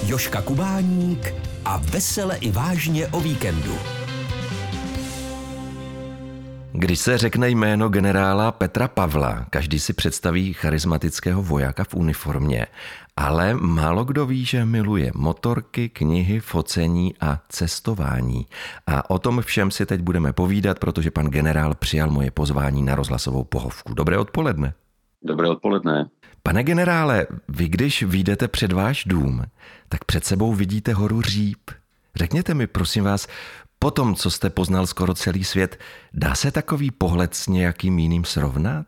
Jožka Kubáník a vesele i vážně o víkendu. Když se řekne jméno generála Petra Pavla, každý si představí charismatického vojáka v uniformě, ale málo kdo ví, že miluje motorky, knihy, focení a cestování. A o tom všem si teď budeme povídat, protože pan generál přijal moje pozvání na rozhlasovou pohovku. Dobré odpoledne. Dobré odpoledne. Pane generále, vy když vyjdete před váš dům, tak před sebou vidíte horu Říp. Řekněte mi, prosím vás, po tom, co jste poznal skoro celý svět, dá se takový pohled s nějakým jiným srovnat?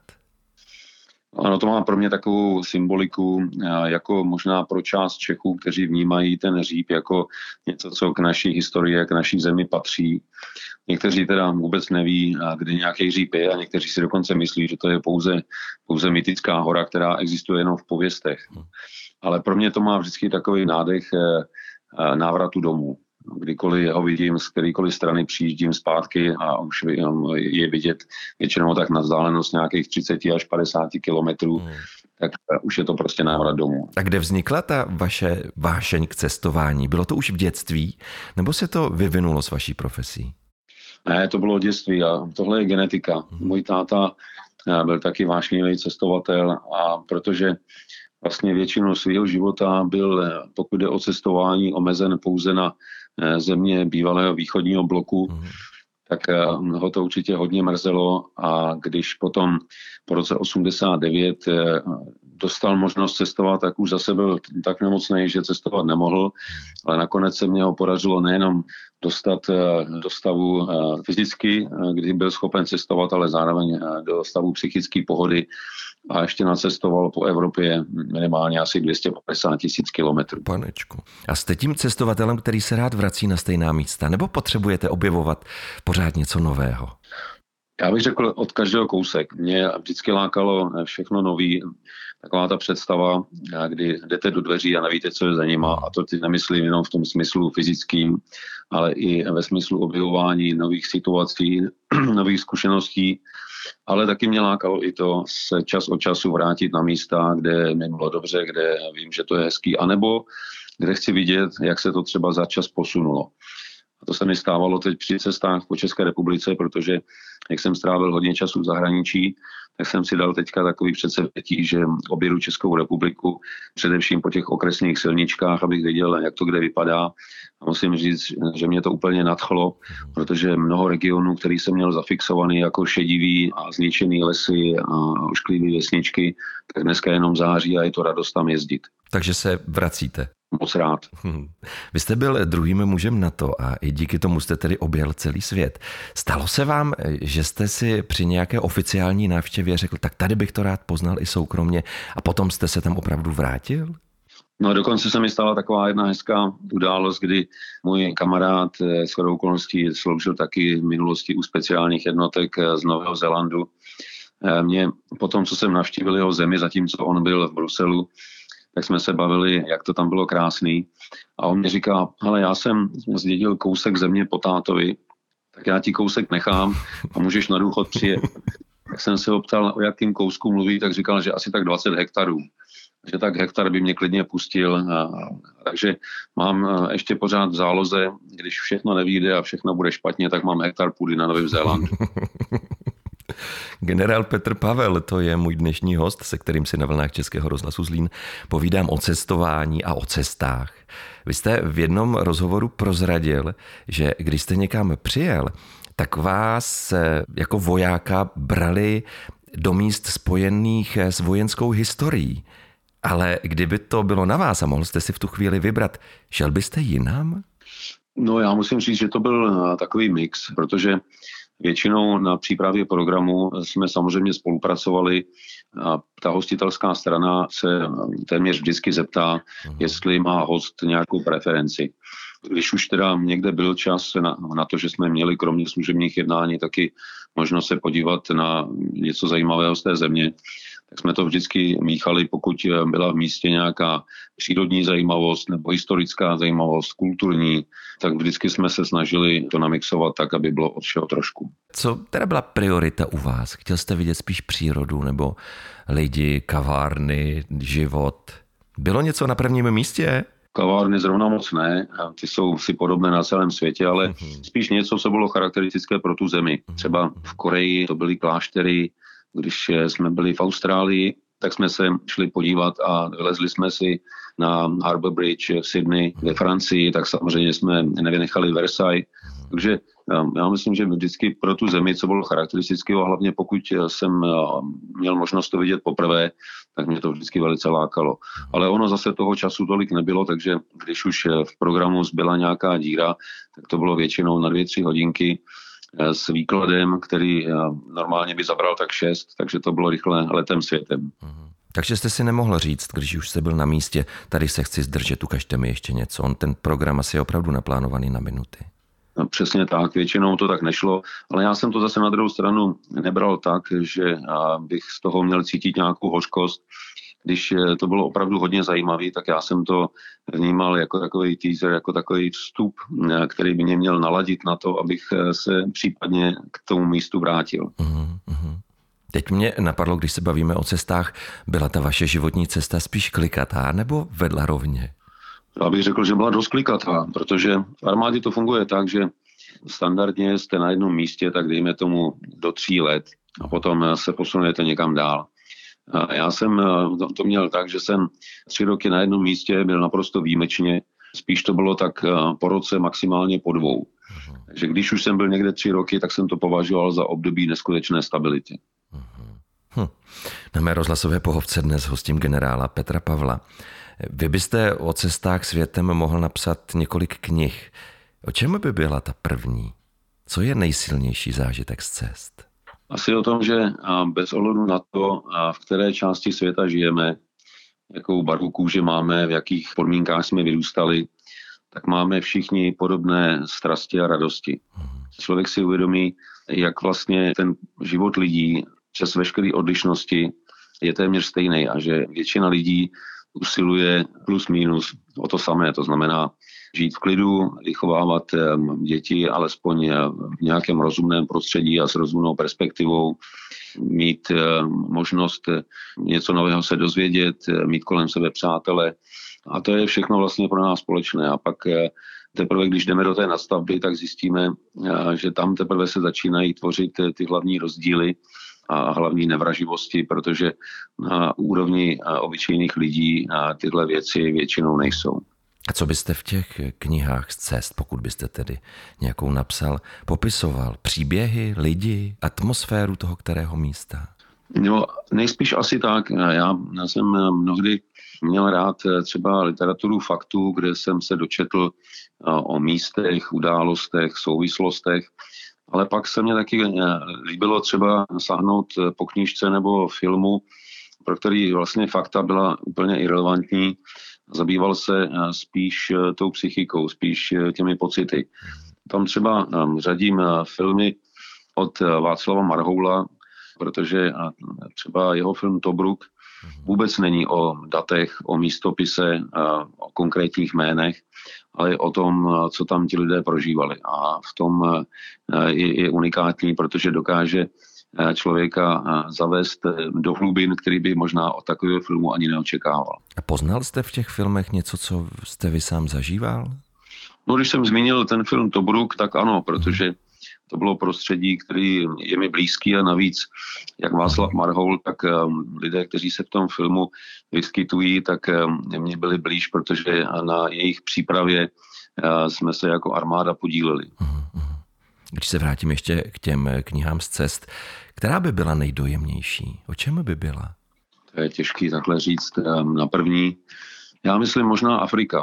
Ano, to má pro mě takovou symboliku, jako možná pro část Čechů, kteří vnímají ten Říp jako něco, co k naší historii a k naší zemi patří. Někteří teda vůbec neví, kde nějaký Říp je, a někteří si dokonce myslí, že to je pouze mytická hora, která existuje jenom v pověstech. Ale pro mě to má vždycky takový nádech návratu domů. Kdykoliv ho vidím, z kterékoliv strany přijíždím zpátky a už je vidět většinou tak na vzdálenost nějakých 30 až 50 kilometrů, tak už je to prostě návrat domů. A kde vznikla ta vaše vášeň k cestování? Bylo to už v dětství, nebo se to vyvinulo s vaší profesí? Ne, to bylo dětství a tohle je genetika. Můj táta byl taky vášnivý cestovatel, a protože vlastně většinu svého života byl, pokud jde o cestování, omezen pouze na země bývalého východního bloku, tak ho to určitě hodně mrzelo, a když potom po roce 89 dostal možnost cestovat, tak už zase byl tak nemocný, že cestovat nemohl, ale nakonec se mě ho podařilo nejenom dostat do stavu fyzicky, kdy byl schopen cestovat, ale zároveň do stavu psychické pohody, a ještě nacestoval po Evropě minimálně asi 250 000 kilometrů. Panečku. A jste tím cestovatelem, který se rád vrací na stejná místa, nebo potřebujete objevovat pořád něco nového? Já bych řekl od každého kousek. Mě vždycky lákalo všechno nový, taková ta představa, kdy jdete do dveří a nevíte, co je za nima. A to teď nemyslím jenom v tom smyslu fyzickým, ale i ve smyslu objevování nových situací, nových zkušeností. Ale taky mě lákalo i to se čas od času vrátit na místa, kde mi bylo dobře, kde vím, že to je hezký, anebo kde chci vidět, jak se to třeba za čas posunulo. A to se mi stávalo teď při cestách po České republice, protože jak jsem strávil hodně času v zahraničí, tak jsem si dal teďka takový předsevzetí, že objedu Českou republiku především po těch okresních silničkách, abych věděl, jak to kde vypadá. A musím říct, že mě to úplně nadchlo, protože mnoho regionů, který jsem měl zafixovaný jako šedivý a zničený lesy a ošklivý vesničky, tak dneska jenom září a je to radost tam jezdit. Takže se vracíte? Moc rád. Vy jste byl druhým mužem NATO a i díky tomu jste tedy objel celý svět. Stalo se vám, že jste si při nějaké oficiální návštěvě řekl, tak tady bych to rád poznal i soukromně, a potom jste se tam opravdu vrátil? No, dokonce se mi stala taková jedna hezká událost, kdy můj kamarád shodou okolností sloužil taky v minulosti u speciálních jednotek z Nového Zélandu. Mě potom, co jsem navštívil jeho zemi, zatímco on byl v Bruselu, tak jsme se bavili, jak to tam bylo krásný. A on mi říká, hele, já jsem zdědil kousek země po tátovi, tak já ti kousek nechám a můžeš na důchod přijet. Tak jsem se ho ptal, o jakým kousku mluví, tak říkal, že asi tak 20 hektarů. Že tak hektar by mě klidně pustil. Takže mám ještě pořád v záloze, když všechno nevyjde a všechno bude špatně, tak mám hektar půdy na Novém Zélandu. Generál Petr Pavel, to je můj dnešní host, se kterým si na vlnách Českého rozhlasu Zlín povídám o cestování a o cestách. Vy jste v jednom rozhovoru prozradil, že když jste někam přijel, tak vás jako vojáka brali do míst spojených s vojenskou historií. Ale kdyby to bylo na vás a mohl jste si v tu chvíli vybrat, šel byste jinam? No, já musím říct, že to byl takový mix, protože většinou na přípravě programu jsme samozřejmě spolupracovali a ta hostitelská strana se téměř vždycky zeptá, jestli má host nějakou preferenci. Když už teda někde byl čas na to, že jsme měli kromě služebních jednání taky možnost se podívat na něco zajímavého z té země, tak jsme to vždycky míchali, pokud byla v místě nějaká přírodní zajímavost nebo historická zajímavost, kulturní, tak vždycky jsme se snažili to namixovat tak, aby bylo od všeho trošku. Co teda byla priorita u vás? Chtěl jste vidět spíš přírodu nebo lidi, kavárny, život? Bylo něco na prvním místě? Kavárny zrovna moc ne, ty jsou si podobné na celém světě, ale spíš něco, co bylo charakteristické pro tu zemi. Třeba v Koreji to byly kláštery, když jsme byli v Austrálii, tak jsme se šli podívat a vylezli jsme si na Harbour Bridge v Sydney ve Francii, tak samozřejmě jsme nevynechali Versailles. Takže já myslím, že vždycky pro tu zemi, co bylo charakteristické, a hlavně pokud jsem měl možnost to vidět poprvé, tak mě to vždycky velice lákalo. Ale ono zase toho času tolik nebylo, takže když už v programu zbyla nějaká díra, tak to bylo většinou na 2-3 hodinky s výkladem, který normálně by zabral tak 6, takže to bylo rychle letem světem. Takže jste si nemohl říct, když už jste byl na místě, tady se chci zdržet, ukažte mi ještě něco. On ten program asi je opravdu naplánovaný na minuty. No, přesně tak, většinou to tak nešlo, ale já jsem to zase na druhou stranu nebral tak, že bych z toho měl cítit nějakou hořkost. Když to bylo opravdu hodně zajímavé, tak já jsem to vnímal jako takový teaser, jako takový vstup, který by mě měl naladit na to, abych se případně k tomu místu vrátil. Teď mě napadlo, když se bavíme o cestách, byla ta vaše životní cesta spíš klikatá nebo vedla rovně? Já bych řekl, že byla dost klikatá, protože v armádě to funguje tak, že standardně jste na jednom místě, tak dejme tomu do 3 let a potom se posunujete někam dál. Já jsem to měl tak, že jsem 3 roky na jednom místě byl naprosto výjimečně, spíš to bylo tak po roce, maximálně po 2. Takže když už jsem byl někde 3 roky, tak jsem to považoval za období neskutečné stability. Na mé rozhlasové pohovce dnes hostím generála Petra Pavla. Vy byste o cestách světem mohl napsat několik knih. O čem by byla ta první? Co je nejsilnější zážitek z cest? Asi o tom, že bez ohledu na to, v které části světa žijeme, jakou barvu kůže máme, v jakých podmínkách jsme vyrůstali, tak máme všichni podobné strasti a radosti. Člověk si uvědomí, jak vlastně ten život lidí přes veškeré odlišnosti je téměř stejný a že většina lidí usiluje plus minus o to samé, to znamená žít v klidu, vychovávat děti alespoň v nějakém rozumném prostředí a s rozumnou perspektivou, mít možnost něco nového se dozvědět, mít kolem sebe přátele a to je všechno vlastně pro nás společné a pak teprve, když jdeme do té nadstavby, tak zjistíme, že tam teprve se začínají tvořit ty hlavní rozdíly a hlavní nevraživosti, protože na úrovni obyčejných lidí tyhle věci většinou nejsou. A co byste v těch knihách z cest, pokud byste tedy nějakou napsal, popisoval? Příběhy, lidi, atmosféru toho kterého místa? No, nejspíš asi tak. Já jsem mnohdy měl rád třeba literaturu faktů, kde jsem se dočetl o místech, událostech, souvislostech, ale pak se mně taky líbilo třeba sáhnout po knížce nebo filmu, pro který vlastně fakta byla úplně irelevantní. Zabýval se spíš tou psychikou, spíš těmi pocity. Tam třeba řadím filmy od Václava Marhoula, protože třeba jeho film Tobruk vůbec není o datech, o místopise, o konkrétních jménech, ale o tom, co tam ti lidé prožívali. A v tom je unikátní, protože dokáže člověka zavést do hlubin, který by možná od takového filmu ani neočekával. A poznal jste v těch filmech něco, co jste vy sám zažíval? No, když jsem zmínil ten film Tobruk, tak ano, protože to bylo prostředí, který je mi blízký a navíc, jak Václav Marhoul, tak lidé, kteří se v tom filmu vyskytují, tak mě byli blíž, protože na jejich přípravě jsme se jako armáda podíleli. Když se vrátím ještě k těm knihám z cest, která by byla nejdojemnější? O čem by byla? To je těžký takhle říct na první. Já myslím možná Afrika,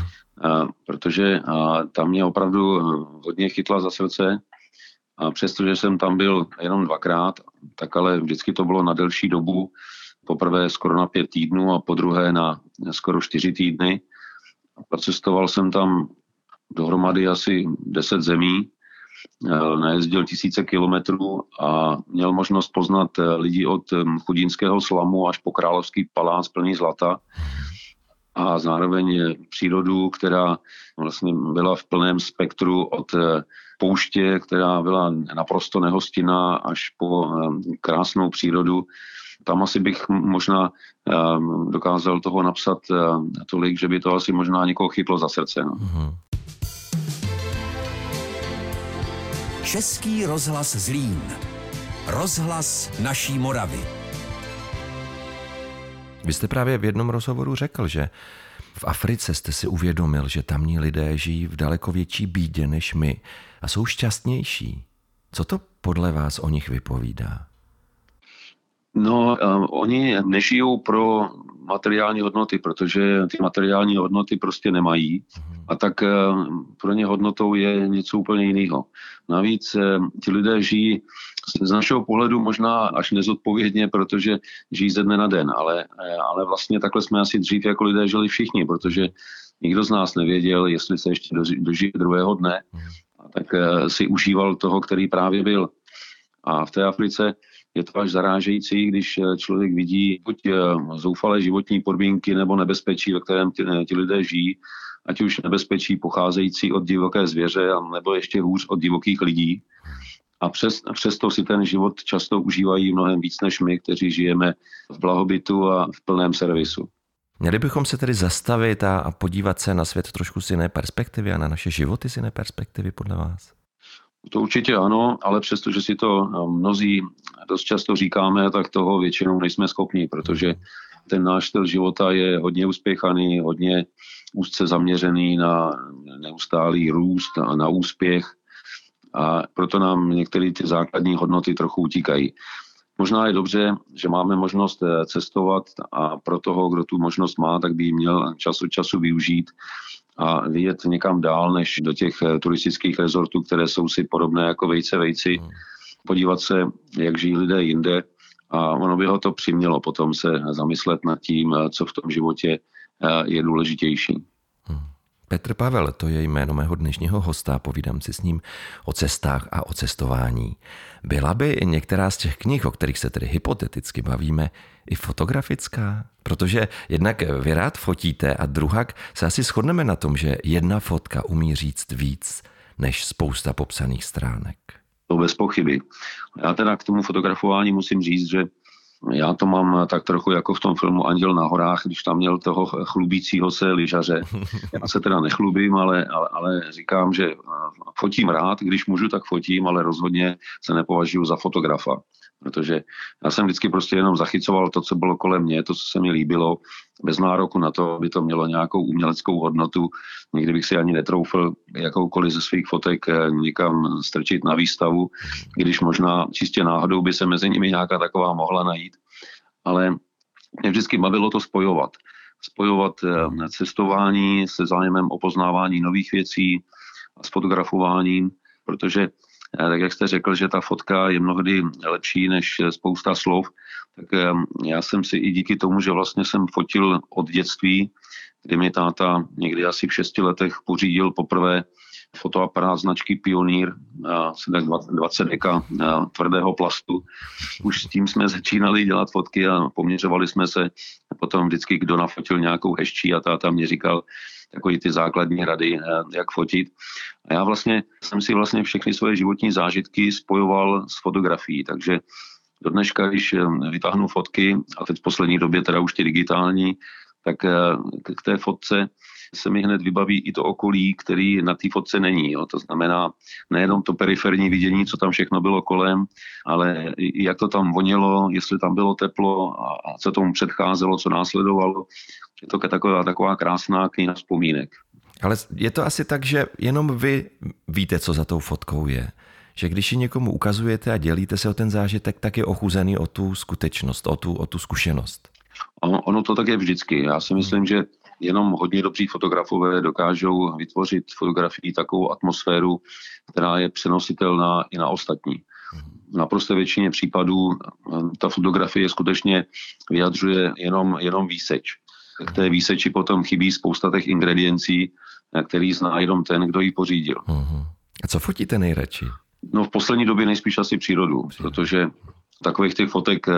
protože tam mě opravdu hodně chytla za srdce. A přestože jsem tam byl jenom 2krát, tak ale vždycky to bylo na delší dobu. Poprvé skoro na 5 týdnů a podruhé na skoro 4 týdny. Procestoval jsem tam dohromady asi 10 zemí, najezdil 1000 kilometrů a měl možnost poznat lidi od chudinského slamu až po královský palác plný zlata a zároveň přírodu, která vlastně byla v plném spektru od pouště, která byla naprosto nehostinná, až po krásnou přírodu Tam asi bych možná dokázal toho napsat tolik, že by to asi možná někoho chytlo za srdce. No. Český rozhlas Zlín. Rozhlas naší Moravy. Vy jste právě v jednom rozhovoru řekl, že v Africe jste si uvědomil, že tamní lidé žijí v daleko větší bídě než my a jsou šťastnější. Co to podle vás o nich vypovídá? No, oni nežijou pro materiální hodnoty, protože ty materiální hodnoty prostě nemají a tak pro ně hodnotou je něco úplně jiného. Navíc ti lidé žijí z našeho pohledu možná až nezodpovědně, protože žijí ze dne na den, ale vlastně takhle jsme asi dřív jako lidé žili všichni, protože nikdo z nás nevěděl, jestli se ještě dožije druhého dne, a tak si užíval toho, který právě byl. A v té Africe je to až zarážející, když člověk vidí buď zoufalé životní podmínky nebo nebezpečí, ve kterém ti lidé žijí, ať už nebezpečí pocházející od divoké zvěře, nebo ještě hůř od divokých lidí. A přesto si ten život často užívají mnohem víc než my, kteří žijeme v blahobytu a v plném servisu. Měli bychom se tedy zastavit a podívat se na svět trošku z jiné perspektivy a na naše životy z jiné perspektivy podle vás? To určitě ano, ale přesto, že si to mnozí dost často říkáme, tak toho většinou nejsme schopni, protože ten náš styl života je hodně uspěchaný, hodně úzce zaměřený na neustálý růst a na úspěch a proto nám některé ty základní hodnoty trochu utíkají. Možná je dobře, že máme možnost cestovat a pro toho, kdo tu možnost má, tak by ji měl čas od času využít a vyjet někam dál, než do těch turistických rezortů, které jsou si podobné jako vejci. Podívat se, jak žijí lidé jinde a ono by ho to přimělo potom se zamyslet nad tím, co v tom životě je důležitější. Petr Pavel, to je jméno mého dnešního hosta, povídám si s ním o cestách a o cestování. Byla by některá z těch knih, o kterých se tedy hypoteticky bavíme, i fotografická? Protože jednak vy rád fotíte a druhak se asi shodneme na tom, že jedna fotka umí říct víc než spousta popsaných stránek. To bez pochyby. Já teda k tomu fotografování musím říct, že já to mám tak trochu jako v tom filmu Anděl na horách, když tam měl toho chlubícího se lyžaře. Já se teda nechlubím, ale říkám, že fotím rád, když můžu, tak fotím, ale rozhodně se nepovažuji za fotografa. Protože já jsem vždycky prostě jenom zachycoval to, co bylo kolem mě, to, co se mi líbilo, bez nároku na to, aby to mělo nějakou uměleckou hodnotu. Nikdy bych si ani netroufl jakoukoliv ze svých fotek někam strčit na výstavu, když možná čistě náhodou by se mezi nimi nějaká taková mohla najít. Ale mě vždycky bavilo to spojovat. Spojovat cestování se zájmem o poznávání nových věcí a s fotografováním, protože tak jak jste řekl, že ta fotka je mnohdy lepší než spousta slov, tak já jsem si i díky tomu, že vlastně jsem fotil od dětství, kdy mi táta někdy asi v 6 letech pořídil poprvé fotoaparát značky Pionýr, asi tak 20 deka tvrdého plastu. Už s tím jsme začínali dělat fotky a poměřovali jsme se potom vždycky, kdo nafotil nějakou hezčí a táta mě říkal takový ty základní rady, jak fotit. A já jsem si všechny svoje životní zážitky spojoval s fotografií, takže do dneška, když vytáhnu fotky, a teď v poslední době teda už ty digitální, tak k té fotce se mi hned vybaví i to okolí, který na té fotce není. Jo. To znamená nejenom to periferní vidění, co tam všechno bylo kolem, ale i jak to tam vonělo, jestli tam bylo teplo a co tomu předcházelo, co následovalo. Je to taková krásná kniha vzpomínek. Ale je to asi tak, že jenom vy víte, co za tou fotkou je. Že když ji někomu ukazujete a dělíte se o ten zážitek, tak je ochuzený o tu skutečnost, o tu zkušenost. Ono to tak je vždycky. Já si myslím, že jenom hodně dobří fotografové dokážou vytvořit fotografii takovou atmosféru, která je přenositelná i na ostatní. V naprosté většině případů ta fotografie skutečně vyjadřuje jenom výseč. K té výseči potom chybí spousta těch ingrediencí, který zná jenom ten, kdo ji pořídil. A co fotíte nejradši? No v poslední době nejspíš asi přírodu, protože takových těch fotek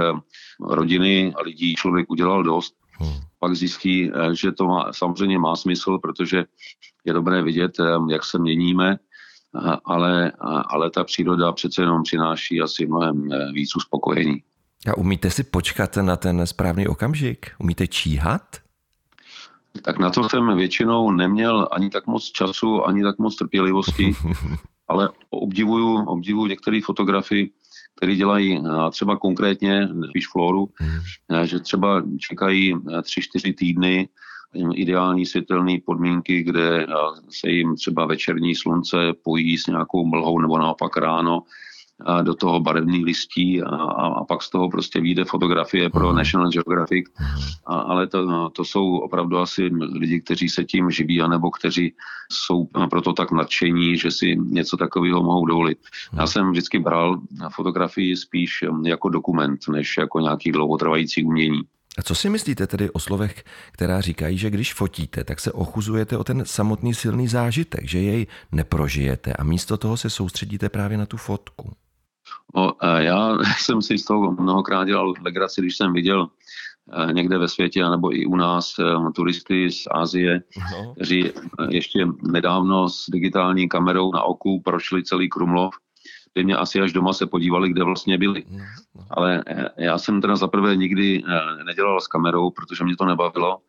rodiny a lidí člověk udělal dost. Pak zjistí, že to samozřejmě má smysl, protože je dobré vidět, jak se měníme, ale ta příroda přece jenom přináší asi mnohem víc uspokojení. A umíte si počkat na ten správný okamžik? Umíte číhat? Tak na to jsem většinou neměl ani tak moc času, ani tak moc trpělivosti, ale obdivuju některé fotografy, který dělají třeba konkrétně, spíš Floru, že třeba čekají 3-4 týdny, ideální světelné podmínky, kde se jim třeba večerní slunce pojí s nějakou mlhou nebo naopak ráno do toho barevných listí a pak z toho prostě vyjde fotografie pro National Geographic. Ale to jsou opravdu asi lidi, kteří se tím živí, anebo kteří jsou proto tak nadšení, že si něco takového mohou dovolit. Já jsem vždycky bral fotografii spíš jako dokument, než jako nějaký dlouhotrvající umění. A co si myslíte tedy o slovech, která říkají, že když fotíte, tak se ochuzujete o ten samotný silný zážitek, že jej neprožijete a místo toho se soustředíte právě na tu fotku? No, já jsem si z toho mnohokrát dělal legraci, když jsem viděl někde ve světě, nebo i u nás turisty z Asie, kteří ještě nedávno s digitální kamerou na oku prošli celý Krumlov, kde mě asi až doma se podívali, kde vlastně byli. Ale já jsem teda zaprvé nikdy nedělal s kamerou, protože mě to nebavilo.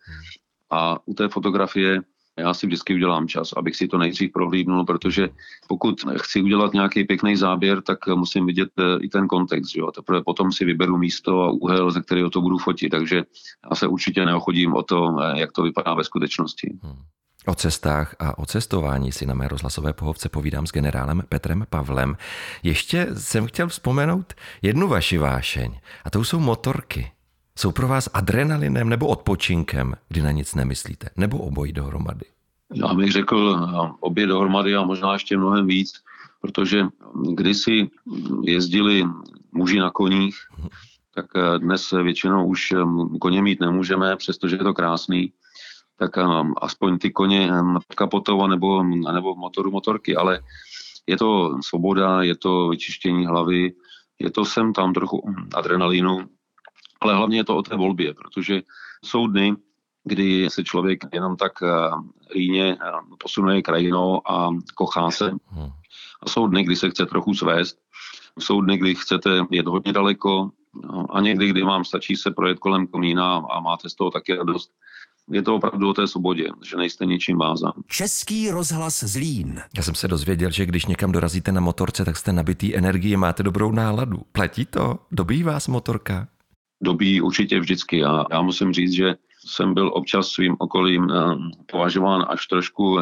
A u té fotografie já si vždycky udělám čas, abych si to nejdřív prohlídnul, protože pokud chci udělat nějaký pěkný záběr, tak musím vidět i ten kontext. Jo? Teprve potom si vyberu místo a úhel, ze kterého to budu fotit. Takže já se určitě neochodím o to, jak to vypadá ve skutečnosti. O cestách a o cestování si na mé rozhlasové pohovce povídám s generálem Petrem Pavlem. Ještě jsem chtěl vzpomenout jednu vaši vášeň, a to jsou motorky. Jsou pro vás adrenalinem nebo odpočinkem, kdy na nic nemyslíte, nebo obojí dohromady? Já bych řekl obě dohromady a možná ještě mnohem víc, protože kdysi jezdili muži na koních, tak dnes většinou už koně mít nemůžeme, přestože je to krásný, tak aspoň ty koně kapotou nebo v motoru motorky, ale je to svoboda, je to vyčištění hlavy, je to sem tam trochu adrenalinu, ale hlavně je to o té volbě, protože jsou dny, kdy se člověk jenom tak líně posunuje krajinou a kochá se. A jsou dny, kdy se chce trochu svést. Jsou dny, kdy chcete jet hodně daleko a někdy, kdy vám stačí se projet kolem komína a máte z toho taky radost. Je to opravdu o té svobodě, že nejste ničím vázán. Český rozhlas Zlín. Já jsem se dozvěděl, že když někam dorazíte na motorce, tak jste nabitý energii, máte dobrou náladu. Platí to? Dobíjí vás motorka? Dobí určitě vždycky. Já musím říct, že jsem byl občas svým okolím považován až trošku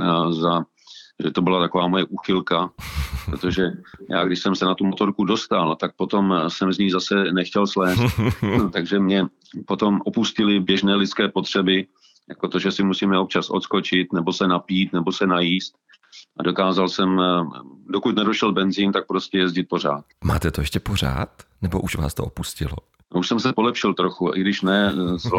že to byla taková moje úchylka, protože já, když jsem se na tu motorku dostal, tak potom jsem z ní zase nechtěl slézt. Takže mě potom opustili běžné lidské potřeby, jako to, že si musíme občas odskočit, nebo se napít, nebo se najíst. A dokázal jsem, dokud nedošel benzín, tak prostě jezdit pořád. Máte to ještě pořád? Nebo už vás to opustilo? Už jsem se polepšil trochu, i když ne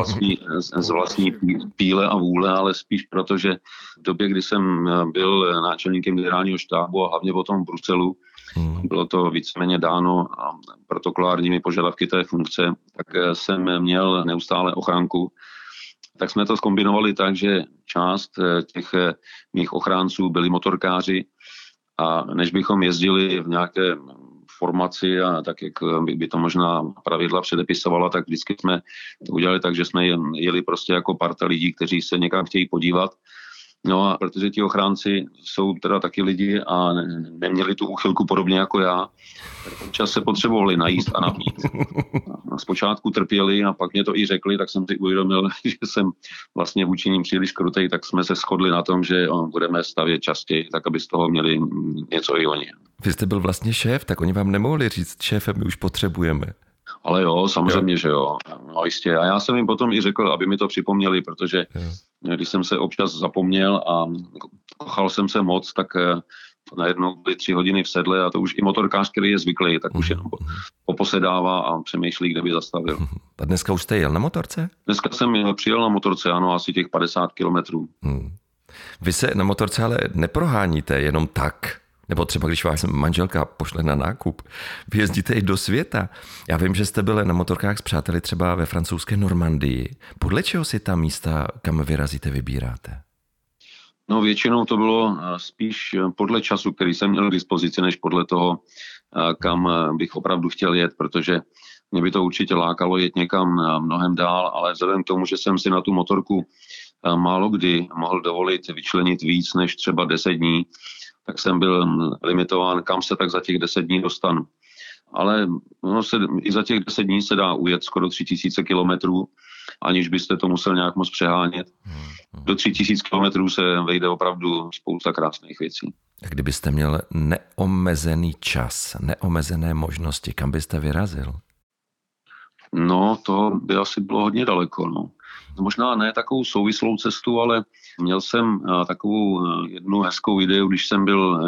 z vlastní píle a vůle, ale spíš proto, že v době, kdy jsem byl náčelníkem generálního štábu a hlavně potom v Bruselu, bylo to víceméně dáno protokolárními požadavky té funkce, tak jsem měl neustále ochranku. Tak jsme to zkombinovali tak, že část těch mých ochránců byli motorkáři a než bychom jezdili v nějaké formaci a tak, jak by to možná pravidla předepisovala, tak vždycky jsme udělali tak, že jsme jeli prostě jako parta lidí, kteří se někam chtějí podívat. No a protože ti ochránci jsou teda taky lidi a neměli tu úchylku podobně jako já, tak občas se potřebovali najíst a napít. A zpočátku trpěli a pak mě to i řekli, tak jsem si uvědomil, že jsem vlastně vůči nim příliš krutej, tak jsme se shodli na tom, že budeme stavět častěji, tak aby z toho měli něco i oni. Vy jste byl vlastně šéf, tak oni vám nemohli říct, šéfe, my už potřebujeme. Ale jo, samozřejmě, že jo. No jistě. A já jsem jim potom i řekl, aby mi to připomněli, protože když jsem se občas zapomněl a kochal jsem se moc, tak najednou byly 3 hodiny v sedle a to už i motorkář, který je zvyklý, tak už jenom poposedává a přemýšlí, kde by zastavil. A dneska už jste jel na motorce? Dneska jsem přijel na motorce, ano, asi těch 50 kilometrů. Vy se na motorce ale neproháníte jenom tak. Nebo třeba, když vás manželka pošle na nákup, vy jezdíte i do světa. Já vím, že jste byli na motorkách s přáteli třeba ve francouzské Normandii. Podle čeho si ta místa, kam vyrazíte, vybíráte? No většinou to bylo spíš podle času, který jsem měl k dispozici, než podle toho, kam bych opravdu chtěl jet, protože mě by to určitě lákalo jet někam mnohem dál, ale vzhledem k tomu, že jsem si na tu motorku málo kdy mohl dovolit vyčlenit víc než třeba 10 dní, tak jsem byl limitován, kam se tak za těch 10 dní dostanu. Ale i za těch 10 dní se dá ujet skoro 3000 kilometrů, aniž byste to musel nějak moc přehánět. Do 3000 kilometrů se vejde opravdu spousta krásných věcí. A kdybyste měl neomezený čas, neomezené možnosti, kam byste vyrazil? No, to by asi bylo hodně daleko. No. Možná ne takovou souvislou cestu, ale měl jsem takovou jednu hezkou ideu, když jsem byl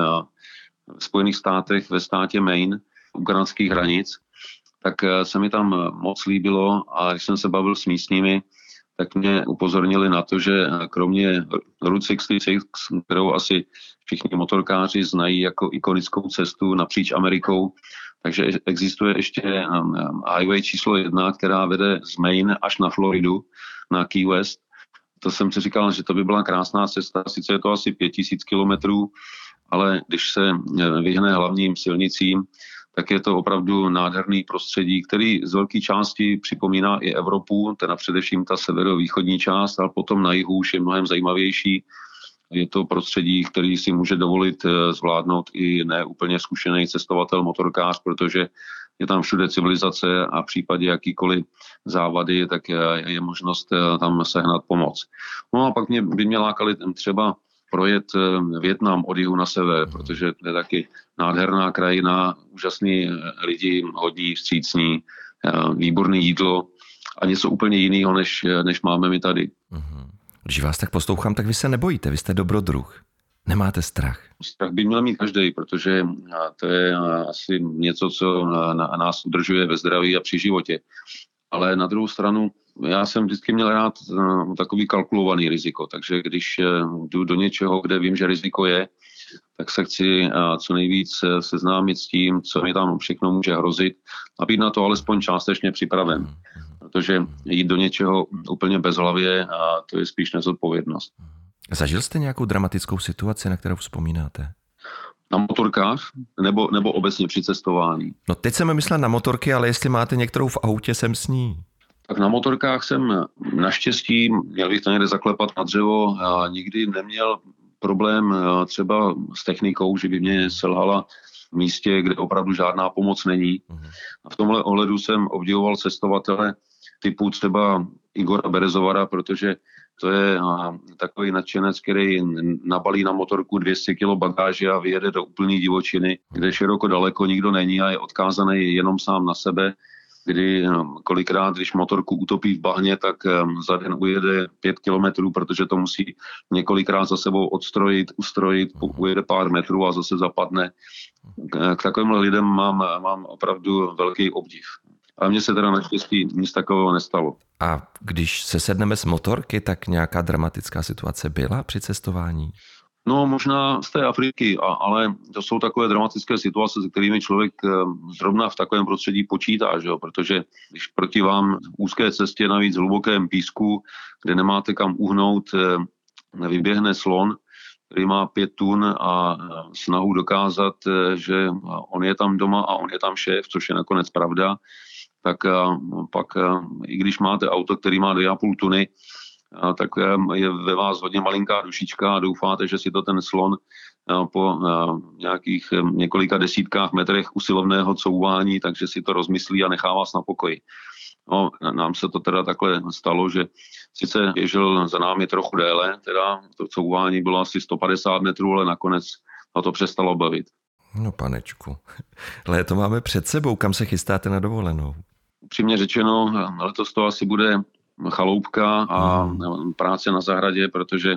v Spojených státech ve státě Maine, u kanadských hranic, tak se mi tam moc líbilo a když jsem se bavil s místními, tak mě upozornili na to, že kromě Route 66, kterou asi všichni motorkáři znají jako ikonickou cestu napříč Amerikou, takže existuje ještě highway číslo 1, která vede z Maine až na Floridu, na Key West. To jsem si říkal, že to by byla krásná cesta, sice je to asi 5000 kilometrů, ale když se vyhne hlavním silnicím, tak je to opravdu nádherný prostředí, který z velké části připomíná i Evropu, teda především ta severovýchodní část, ale potom na jihu už je mnohem zajímavější. Je to prostředí, který si může dovolit zvládnout i neúplně zkušený cestovatel, motorkář, protože je tam všude civilizace a v případě jakýkoliv závady, tak je možnost tam sehnat pomoc. No a pak by mě lákali třeba projet Vietnam od jihu na sever, protože to je taky nádherná krajina, úžasný lidi, hodní, vstřícní, výborný jídlo a něco úplně jiného, než máme my tady. Když vás tak poslouchám, tak vy se nebojíte, vy jste dobrodruh. Nemáte strach? Strach by měl mít každý, protože to je asi něco, co nás udržuje ve zdraví a při životě. Ale na druhou stranu, já jsem vždycky měl rád takový kalkulovaný riziko, takže když jdu do něčeho, kde vím, že riziko je, tak se chci co nejvíc seznámit s tím, co mi tam všechno může hrozit a být na to alespoň částečně připraven. Protože jít do něčeho úplně bezhlavě, a to je spíš nezodpovědnost. Zažil jste nějakou dramatickou situaci, na kterou vzpomínáte? Na motorkách nebo obecně při cestování? No teď jsem myslel na motorky, ale jestli máte některou v autě, jsem s ní. Tak na motorkách jsem naštěstí, měl bych to někde zaklepat na dřevo, nikdy neměl problém třeba s technikou, že by mě selhala v místě, kde opravdu žádná pomoc není. A v tomhle ohledu jsem obdivoval cestovatele typu třeba Igora Berezovara, protože to je takový nadšenec, který nabalí na motorku 200 kg bagáže a vyjede do úplné divočiny, kde široko daleko nikdo není a je odkázaný jenom sám na sebe, kdy kolikrát, když motorku utopí v bahně, tak za den ujede 5 kilometrů, protože to musí několikrát za sebou odstrojit, ustrojit, ujede pár metrů a zase zapadne. K takovým lidem mám opravdu velký obdiv. A mně se teda naštěstí nic takového nestalo. A když se sedneme z motorky, tak nějaká dramatická situace byla při cestování? No možná z té Afriky, ale to jsou takové dramatické situace, se kterými člověk zrovna v takovém prostředí počítá, že jo? Protože když proti vám v úzké cestě navíc v hlubokém písku, kde nemáte kam uhnout, vyběhne slon, který má 5 tun a snahu dokázat, že on je tam doma a on je tam šéf, což je nakonec pravda, tak pak i když máte auto, který má 2,5 tuny, tak je ve vás hodně malinká dušička a doufáte, že si to ten slon po nějakých několika desítkách metrech usilovného couvání, takže si to rozmyslí a nechá vás na pokoji. No, nám se to teda takhle stalo, že sice běžel za námi trochu déle, teda to couvání bylo asi 150 metrů, ale nakonec ho to přestalo bavit. No panečku, léto máme před sebou, kam se chystáte na dovolenou? Upřímně řečeno, letos to asi bude chaloupka a práce na zahradě, protože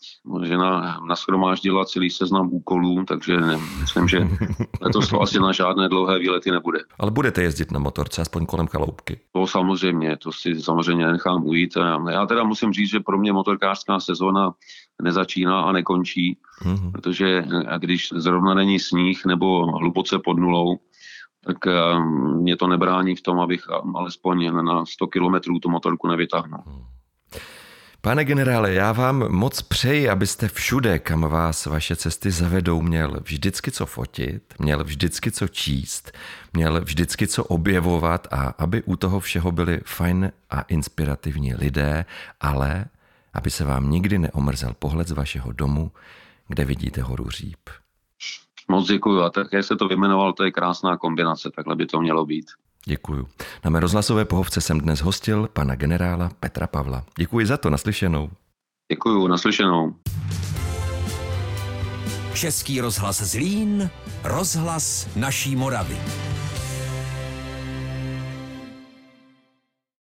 žena nashromáždila celý seznam úkolů, takže myslím, že letos to asi na žádné dlouhé výlety nebude. Ale budete jezdit na motorce, aspoň kolem chaloupky? To samozřejmě, to si samozřejmě nechám ujít. Já teda musím říct, že pro mě motorkářská sezóna nezačíná a nekončí, protože když zrovna není sníh nebo hluboce pod nulou, tak mě to nebrání v tom, abych alespoň na 100 kilometrů tu motorku nevytáhnul. Pane generále, já vám moc přeji, abyste všude, kam vás vaše cesty zavedou, měl vždycky co fotit, měl vždycky co číst, měl vždycky co objevovat a aby u toho všeho byli fajn a inspirativní lidé, ale aby se vám nikdy neomrzel pohled z vašeho domu, kde vidíte horu Říp. Moc děkuju a také se to vyjmenoval, to je krásná kombinace, takhle by to mělo být. Děkuju. Na mé rozhlasové pohovce jsem dnes hostil pana generála Petra Pavla. Děkuji za to, naslyšenou. Děkuju, naslyšenou. Český rozhlas Zlín, rozhlas naší Moravy.